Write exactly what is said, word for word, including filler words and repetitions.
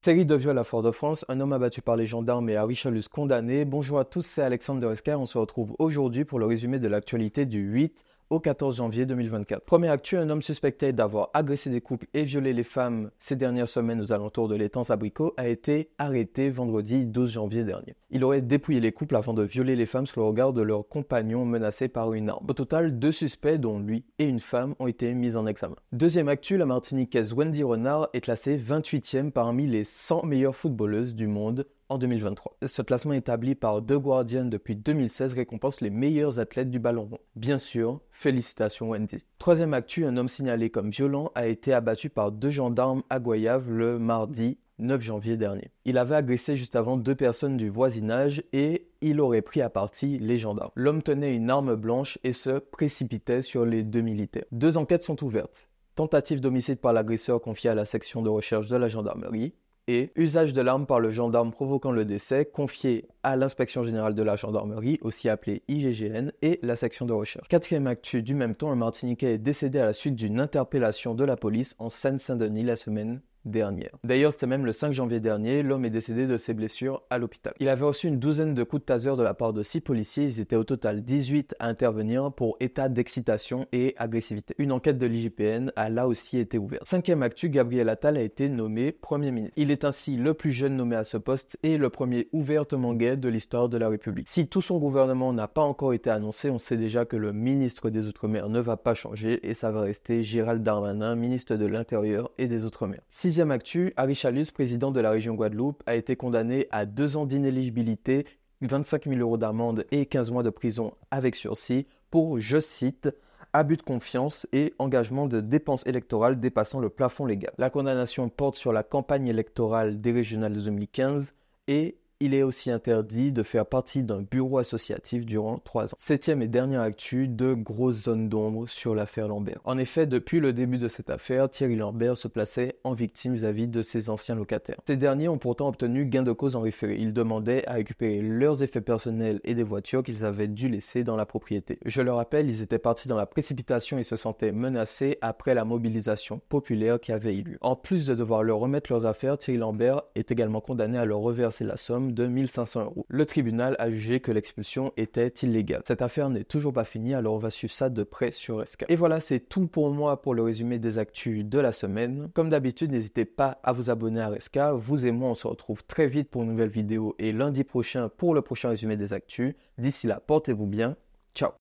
Série de viols à Fort-de-France, un homme abattu par les gendarmes et Harry Chalus condamné. Bonjour à tous, c'est Alexandre de Rescar. On se retrouve aujourd'hui pour le résumé de l'actualité du huit au quatorze janvier deux mille vingt-quatre. Premier actu, un homme suspecté d'avoir agressé des couples et violé les femmes ces dernières semaines aux alentours de l'Étang-Abricot a été arrêté vendredi douze janvier dernier. Il aurait dépouillé les couples avant de violer les femmes sous le regard de leurs compagnons menacés par une arme. Au total, deux suspects, dont lui et une femme, ont été mis en examen. Deuxième actu, la Martiniquaise Wendy Renard est classée vingt-huitième parmi les cent meilleures footballeuses du monde en deux mille vingt-trois. Ce classement établi par The Guardian depuis deux mille seize récompense les meilleurs athlètes du ballon rond. Bien sûr, félicitations Wendy. Troisième actu, un homme signalé comme violent a été abattu par deux gendarmes à Goyave le mardi neuf janvier dernier. Il avait agressé juste avant deux personnes du voisinage et il aurait pris à partie les gendarmes. L'homme tenait une arme blanche et se précipitait sur les deux militaires. Deux enquêtes sont ouvertes. Tentative d'homicide par l'agresseur confié à la section de recherche de la gendarmerie et usage de l'arme par le gendarme provoquant le décès confié à l'inspection générale de la gendarmerie, aussi appelée I G G N, et la section de recherche. Quatrième actu du même temps, un Martiniquais est décédé à la suite d'une interpellation de la police en Seine-Saint-Denis la semaine dernière. D'ailleurs, c'était même le cinq janvier dernier, l'homme est décédé de ses blessures à l'hôpital. Il avait reçu une douzaine de coups de taser de la part de six policiers, ils étaient au total dix-huit à intervenir pour état d'excitation et agressivité. Une enquête de l'I G P N a là aussi été ouverte. Cinquième actu, Gabriel Attal a été nommé Premier ministre. Il est ainsi le plus jeune nommé à ce poste et le premier ouvertement gay de l'histoire de la République. Si tout son gouvernement n'a pas encore été annoncé, on sait déjà que le ministre des Outre-mer ne va pas changer et ça va rester Gérald Darmanin, ministre de l'Intérieur et des Outre-mer. Sixième actu, Harry Chalus, président de la région Guadeloupe, a été condamné à deux ans d'inéligibilité, vingt-cinq mille euros d'amende et quinze mois de prison avec sursis pour, je cite, abus de confiance et engagement de dépenses électorales dépassant le plafond légal. La condamnation porte sur la campagne électorale des régionales de deux mille quinze et il est aussi interdit de faire partie d'un bureau associatif durant trois ans. Septième et dernière actu, de grosses zones d'ombre sur l'affaire Lambert. En effet, depuis le début de cette affaire, Thierry Lambert se plaçait en victime vis-à-vis de ses anciens locataires. Ces derniers ont pourtant obtenu gain de cause en référé. Ils demandaient à récupérer leurs effets personnels et des voitures qu'ils avaient dû laisser dans la propriété. Je le rappelle, ils étaient partis dans la précipitation et se sentaient menacés après la mobilisation populaire qui avait eu lieu. En plus de devoir leur remettre leurs affaires, Thierry Lambert est également condamné à leur reverser la somme de mille cinq cents euros. Le tribunal a jugé que l'expulsion était illégale. Cette affaire n'est toujours pas finie, alors on va suivre ça de près sur S K. Et voilà, c'est tout pour moi pour le résumé des actus de la semaine. Comme d'habitude, n'hésitez pas à vous abonner à S K. Vous et moi, on se retrouve très vite pour une nouvelle vidéo et lundi prochain pour le prochain résumé des actus. D'ici là, portez-vous bien. Ciao.